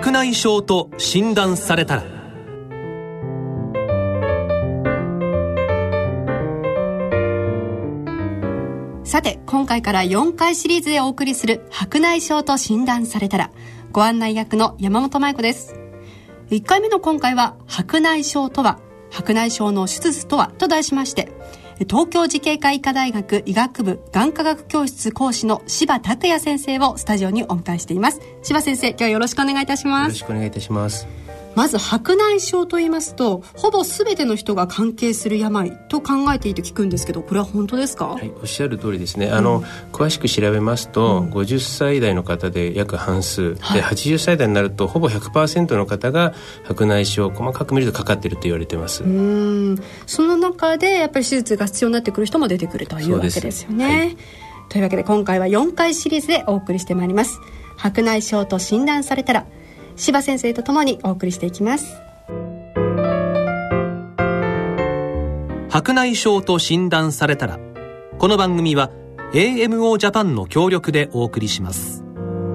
白内障と診断されたら。 さて、今回から4回シリーズでお送りする白内障と診断されたら、ご案内役の山本舞子です。1回目の今回は、白内障とは、白内障の手術とはと題しまして、東京慈恵会医科大学医学部眼科学教室講師の柴拓也先生をスタジオにお迎えしています。柴先生、今日はよろしくお願いいたします。 よろしくお願いいたします。 まず白内障と言いますと、ほぼ全ての人が関係する病と考えていいと聞くんですけど、これは本当ですか？ はい、おっしゃる通りですね。詳しく調べますと、50歳代の方で約半数、で80歳代になるとほぼ 100% の方が白内障、細かく見るとかかっていると言われています。 その中でやっぱり手術が必要になってくる人も出てくるというわけですよね。はい、というわけで今回は4回シリーズでお送りしてまいります。白内障と診断されたら、柴先生とともにお送りしていきます。 白内障と診断されたら、この番組は AMO ジャパンの協力でお送りします。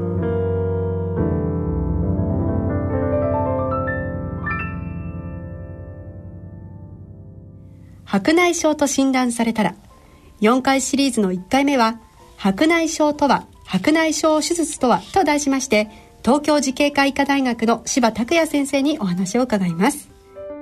白内障と診断されたら、4回シリーズの1回目は、白内障とは、白内障手術とはと題しまして、東京慈恵会医科大学の柴拓也先生にお話を伺います。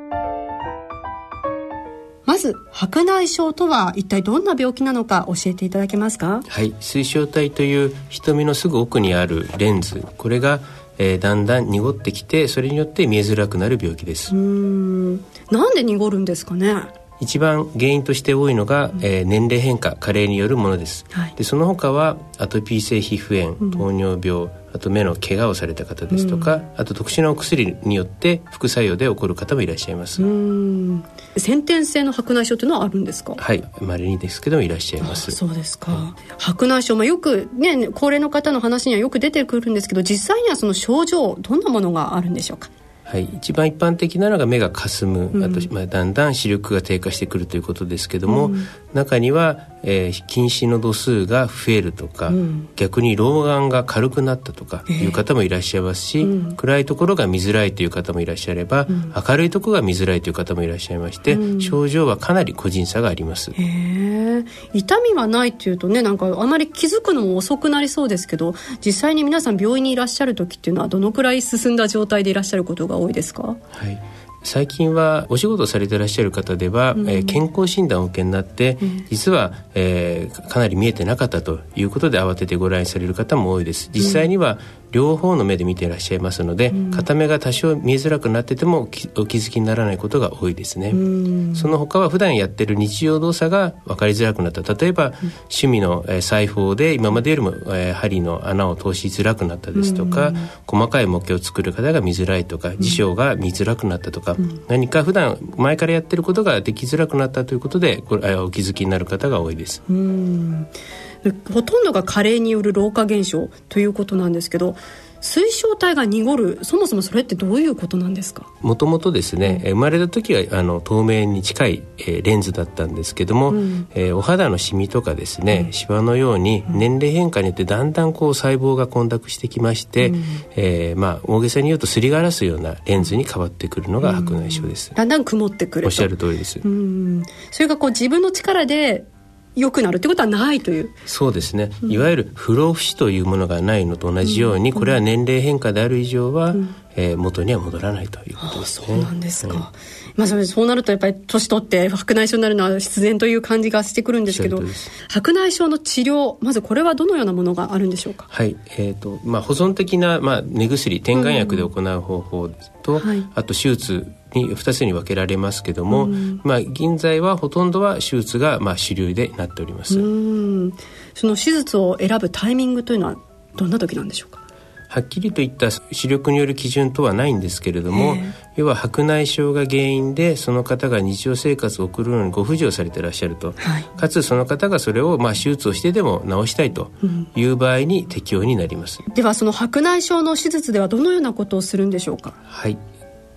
まず白内障とは一体どんな病気なのか教えていただけますか？ はい、水晶体という瞳のすぐ奥にあるレンズ、これが、だんだん濁ってきて、それによって見えづらくなる病気です。 なんで濁るんですかね？ 一番原因として多いのが、年齢変化、加齢によるものです。はい、でその他はアトピー性皮膚炎、糖尿病、あと目の怪我をされた方ですとか、あと特殊なお薬によって副作用で起こる方もいらっしゃいます。 先天性の白内障というのはあるんですか？ はい、稀にですけどもいらっしゃいます。 そうですか。白内障、よくね、高齢の方の話にはよく出てくるんですけど、実際にはその症状、どんなものがあるんでしょうか？ はい、一番一般的なのが目がかすむ、あと、だんだん視力が低下してくるということですけども、中には、近視の度数が増えるとか、逆に老眼が軽くなったとかいう方もいらっしゃいますし、暗いところが見づらいという方もいらっしゃれば、明るいところが見づらいという方もいらっしゃいまして、症状はかなり個人差があります。 痛みはないっていうとね、なんかあまり気づくのも遅くなりそうですけど、実際に皆さん病院にいらっしゃる時っていうのはどのくらい進んだ状態でいらっしゃることが多いですか？ はい、最近はお仕事されていらっしゃる方では、健康診断をお受けになって、実は、かなり見えてなかったということで慌ててご来院される方も多いです。実際には両方の目で見ていらっしゃいますので、片目が多少見えづらくなっててもお気づきにならないことが多いですね。その他は普段やっている日常動作が分かりづらくなった。例えば、趣味の裁縫で今までよりも針の穴を通しづらくなったですとか、細かい模型を作る方が見づらいとか、辞書が見づらくなったとか、何か普段前からやっていることができづらくなったということでお気づきになる方が多いです。 ほとんどが加齢による老化現象ということなんですけど、水晶体が濁る、そもそもそれってどういうことなんですか？ もともとですね、生まれた時は透明に近い、レンズだったんですけども、お肌のシミとかですね、シワのように年齢変化によってだんだん細胞が混濁してきまして、大げさに言うとすりガラスようなレンズに変わってくるのが白内障です。 だんだん曇ってくると。 おっしゃる通りです。 それが自分の力で良くなるってことはないという。 そうですね、いわゆる不老不死というものがないのと同じように、これは年齢変化である以上は、元には戻らないということですね。 そうなんですか。そうなるとやっぱり年取って白内障になるのは必然という感じがしてくるんですけど、白内障の治療、まずこれはどのようなものがあるんでしょうか？はい、 保存的な、目薬、点眼薬で行う方法と、あと手術に2つに分けられますけども、現在はほとんどは手術が主流でなっております。 その手術を選ぶタイミングというのはどんな時なんでしょうか？ はっきりといった視力による基準とはないんですけれども、要は白内障が原因でその方が日常生活を送るのにご不自由されていらっしゃると、かつその方がそれを手術をしてでも治したいという場合に適用になります。 ではその白内障の手術ではどのようなことをするんでしょうか？ はい、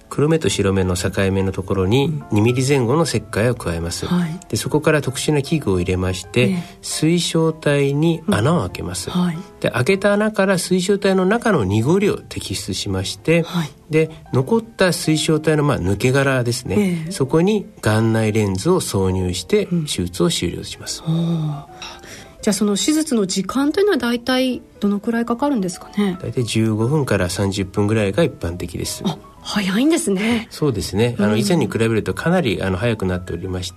黒目と白目の境目のところに2ミリ前後の切開を加えます、でそこから特殊な器具を入れまして、水晶体に穴を開けます、で開けた穴から水晶体の中の濁りを摘出しまして、で残った水晶体の抜け殻ですね、そこに眼内レンズを挿入して手術を終了します、 じゃあその手術の時間というのは大体どのくらいかかるんですかね。 大体15分から30分ぐらいが一般的です。 早いんですね。 そうですね、以前に比べるとかなり早くなっておりまして、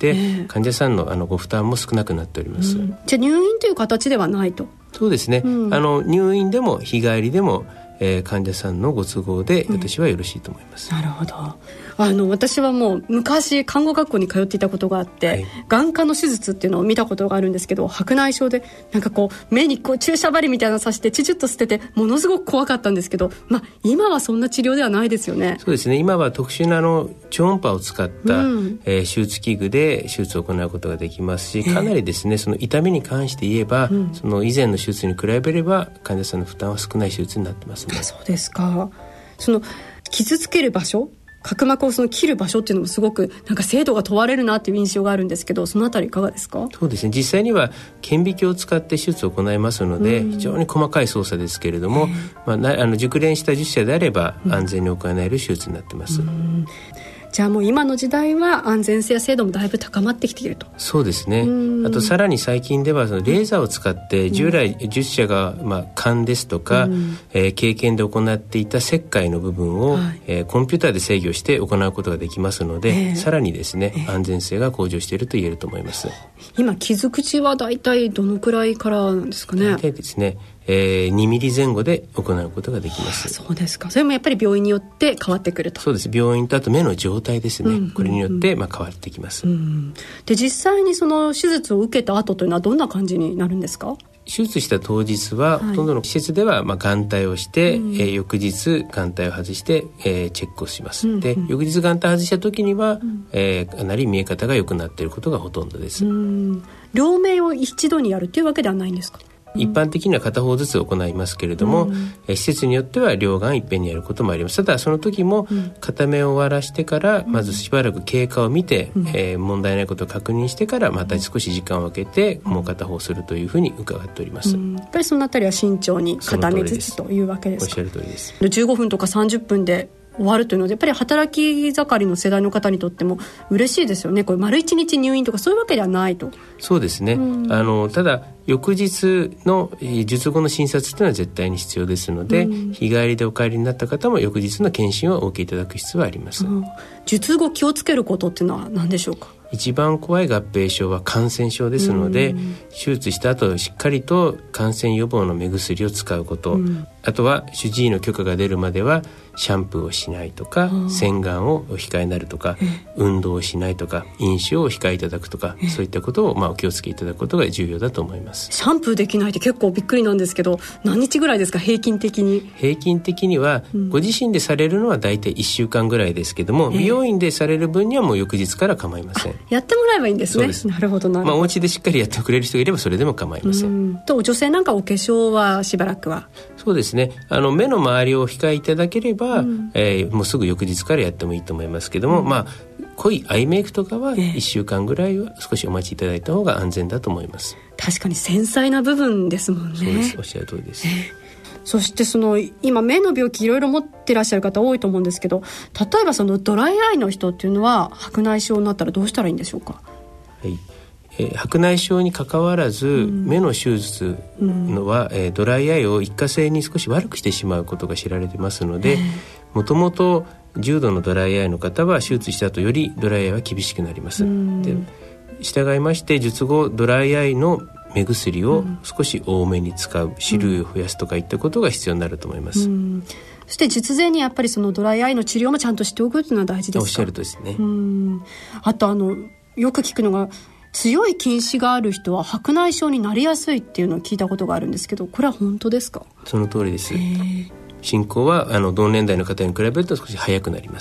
患者さんのご負担も少なくなっております、 じゃあ入院という形ではないと。 そうですね、入院でも日帰りでも患者さんのご都合で私はよろしいと思います、 なるほど。私はもう昔看護学校に通っていたことがあって、眼科の手術っていうのを見たことがあるんですけど、白内障でなんかこう目にこう注射針みたいなの刺してチュチュッと捨ててものすごく怖かったんですけど、今はそんな治療ではないですよね。 そうですね、今は特殊な超音波を使った、手術器具で手術を行うことができますし、かなりですねその痛みに関して言えば、その以前の手術に比べれば患者さんの負担は少ない手術になってますね。 そうですか。その傷つける場所、角膜を切る場所っていうのもすごくなんか精度が問われるなっていう印象があるんですけど、そのあたりいかがですか。 そうですね、実際には顕微鏡を使って手術を行いますので、非常に細かい操作ですけれども、熟練した術者であれば安全に行える手術になってます、 じゃあもう今の時代は安全性や精度もだいぶ高まってきていると。 そうですね。あとさらに最近ではそのレーザーを使って従来術者が勘ですとか、経験で行っていた切開の部分を、コンピューターで制御して行うことができますので、さらにですね、安全性が向上していると言えると思います。 今傷口はだいたいどのくらいからなんですかね。 大体ですね、2ミリ前後で行うことができます。 そうですか。それもやっぱり病院によって変わってくると。 そうです。病院とあと目の状態ですね、これによって変わってきます、 で実際にその手術を受けた後というのはどんな感じになるんですか。 手術した当日は、ほとんどの施設では眼帯をして、翌日眼帯を外して、チェックをします、で翌日眼帯外した時には、かなり見え方が良くなっていることがほとんどです。 両目を一度にやるというわけではないんですか。 一般的には片方ずつ行いますけれども、施設によっては両眼いっぺんにやることもあります。ただその時も片目を終わらしてからまずしばらく経過を見て、問題ないことを確認してからまた少し時間を空けてもう片方するというふうに伺っております、やっぱりそのあたりは慎重に片目ずつというわけですか。 おっしゃる通りです。 15分とか30分で終わるというので、やっぱり働き盛りの世代の方にとっても嬉しいですよね。これ丸1日入院とかそういうわけではないと。 そうですね、ただ翌日の術後の診察というのは絶対に必要ですので、日帰りでお帰りになった方も翌日の検診をお受けいただく必要はあります、 術後気をつけることっていうのは何でしょうか。 一番怖い合併症は感染症ですので、手術した後しっかりと感染予防の目薬を使うこと、あとは主治医の許可が出るまではシャンプーをしないとか、洗顔をお控えになるとか、運動をしないとか、飲酒をお控えいただくとか、そういったことをお気をつけいただくことが重要だと思います。 シャンプーできないって結構びっくりなんですけど、何日ぐらいですか平均的に。 平均的には、ご自身でされるのはだいたい1週間ぐらいですけども、美容院でされる分にはもう翌日から構いません。 やってもらえばいいんですね。 そうです。 なるほどなるほど。 お家でしっかりやってくれる人がいればそれでも構いません。 と女性なんかお化粧はしばらくは。 そうですね、目の周りをお控えいただければ、もうすぐ翌日からやってもいいと思いますけども、濃いアイメイクとかは1週間ぐらいは少しお待ちいただいた方が安全だと思います。 確かに繊細な部分ですもんね。 そうです、おっしゃる通りです、 そして今目の病気いろいろ持ってらっしゃる方多いと思うんですけど、例えばドライアイの人っていうのは白内障になったらどうしたらいいんでしょうか。 白内障に関わらず、目の手術のは、ドライアイを一過性に少し悪くしてしまうことが知られてますので、もともと重度のドライアイの方は手術した後よりドライアイは厳しくなります。で従いまして術後ドライアイの目薬を少し多めに使う、種類を増やすとかいったことが必要になると思います。 そして術前にやっぱりドライアイの治療もちゃんとしておくというのは大事ですか。 おっしゃるとですね。 あとよく聞くのが、強い近視がある人は白内障になりやすいっていうのを聞いたことがあるんですけど、これは本当ですか。 その通りです。進行は同年代の方に比べると少し早くなります。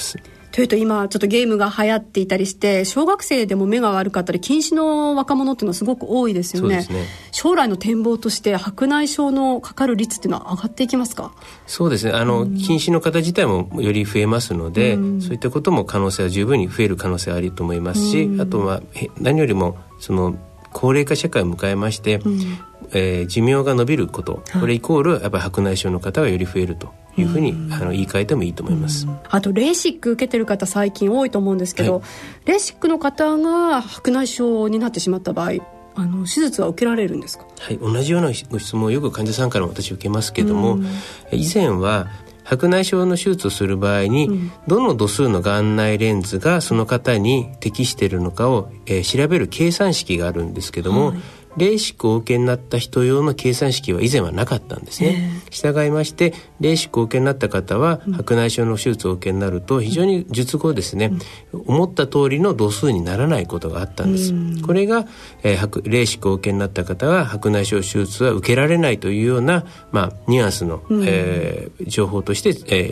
というと今ちょっとゲームが流行っていたりして小学生でも目が悪かったり近視の若者っていうのはすごく多いですよね。 そうですね。 将来の展望として白内障のかかる率っていうのは上がっていきますか？ そうですね。近視の方自体もより増えますので、そういったことも可能性は十分に増える可能性はあると思いますし、あとは何よりもその高齢化社会を迎えまして、寿命が延びること、これイコールやっぱり白内障の方がより増えるというふうに言い換えてもいいと思います。 あとレーシック受けてる方最近多いと思うんですけど、レーシックの方が白内障になってしまった場合手術は受けられるんですか？ はい、同じようなご質問をよく患者さんからも私受けますけども、以前は白内障の手術をする場合に、どの度数の眼内レンズがその方に適しているのかを、調べる計算式があるんですけども、レーシックをお受けになった人用の計算式は以前はなかったんですね。従いましてレーシックをお受けになった方は、白内障の手術をお受けになると非常に術後ですね、思った通りの度数にならないことがあったんです。これが、レーシックをお受けになった方は白内障手術は受けられないというような、ニュアンスの、情報として、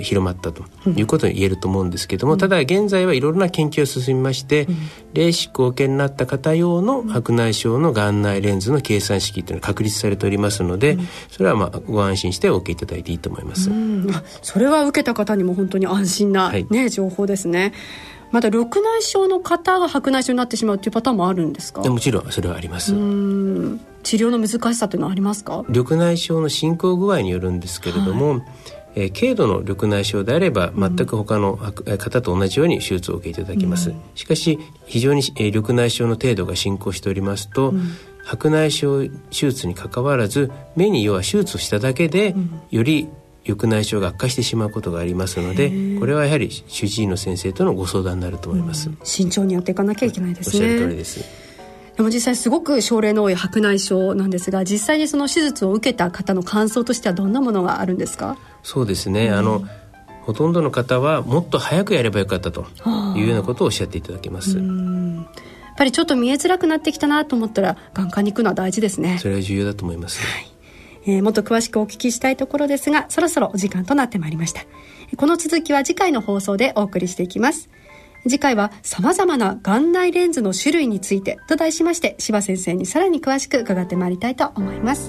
広まったということに言えると思うんですけども、ただ現在はいろいろな研究が進みまして、レーシックをお受けになった方用の白内障の眼内レンズの計算式というのが確立されておりますので、それはご安心してお受けいただいていいと思います。 それは受けた方にも本当に安心な、情報ですね。また緑内障の方が白内障になってしまうというパターンもあるんですか？ もちろんそれはあります。 治療の難しさというのはありますか？ 緑内障の進行具合によるんですけれども、軽度の緑内障であれば全く他の方と同じように手術を受けいただきます。しかし非常に緑内障の程度が進行しておりますと、白内障手術にかかわらず目に要は手術をしただけで、より緑内障が悪化してしまうことがありますので、これはやはり主治医の先生とのご相談になると思います。 慎重にやっていかなきゃいけないですね。 おっしゃる通りです。 でも実際すごく症例の多い白内障なんですが、実際にその手術を受けた方の感想としてはどんなものがあるんですか？ そうですね、ほとんどの方はもっと早くやればよかったというようなことをおっしゃっていただけます。 やっぱりちょっと見えづらくなってきたなと思ったら眼科に行くのは大事ですね。 それは重要だと思います。 もっと詳しくお聞きしたいところですが、そろそろお時間となってまいりました。この続きは次回の放送でお送りしていきます。次回は様々な眼内レンズの種類についてと題しまして、柴先生にさらに詳しく伺ってまいりたいと思います。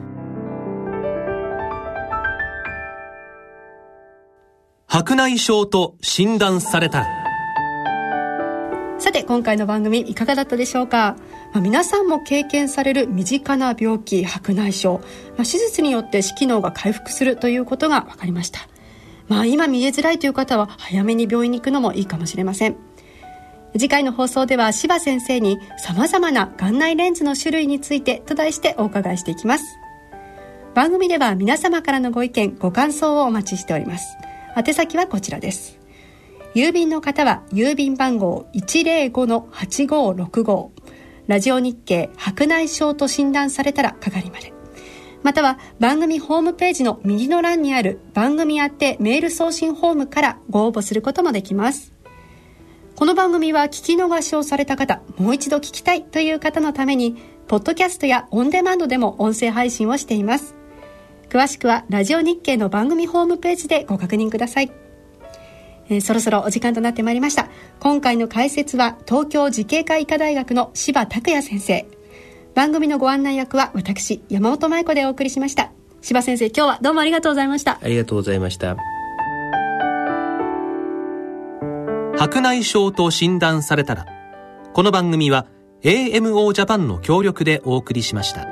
白内障と診断されたら。 さて今回の番組いかがだったでしょうか？皆さんも経験される身近な病気白内障、手術によって視機能が回復するということが分かりました。今見えづらいという方は早めに病院に行くのもいいかもしれません。次回の放送では柴先生に様々な眼内レンズの種類についてと題してお伺いしていきます。番組では皆様からのご意見ご感想をお待ちしております。宛先はこちらです。郵便の方は郵便番号 105-8565 ラジオ日経白内障と診断されたら係まで、または番組ホームページの右の欄にある番組宛てメール送信フォームからご応募することもできます。この番組は聞き逃しをされた方、もう一度聞きたいという方のためにポッドキャストやオンデマンドでも音声配信をしています。詳しくはラジオ日経の番組ホームページでご確認ください。そろそろお時間となってまいりました。今回の解説は東京慈恵会医科大学の柴拓也先生、番組のご案内役は私山本舞子でお送りしました。柴先生、今日はどうもありがとうございました。 ありがとうございました。 白内障と診断されたら。この番組は AMO ジャパンの協力でお送りしました。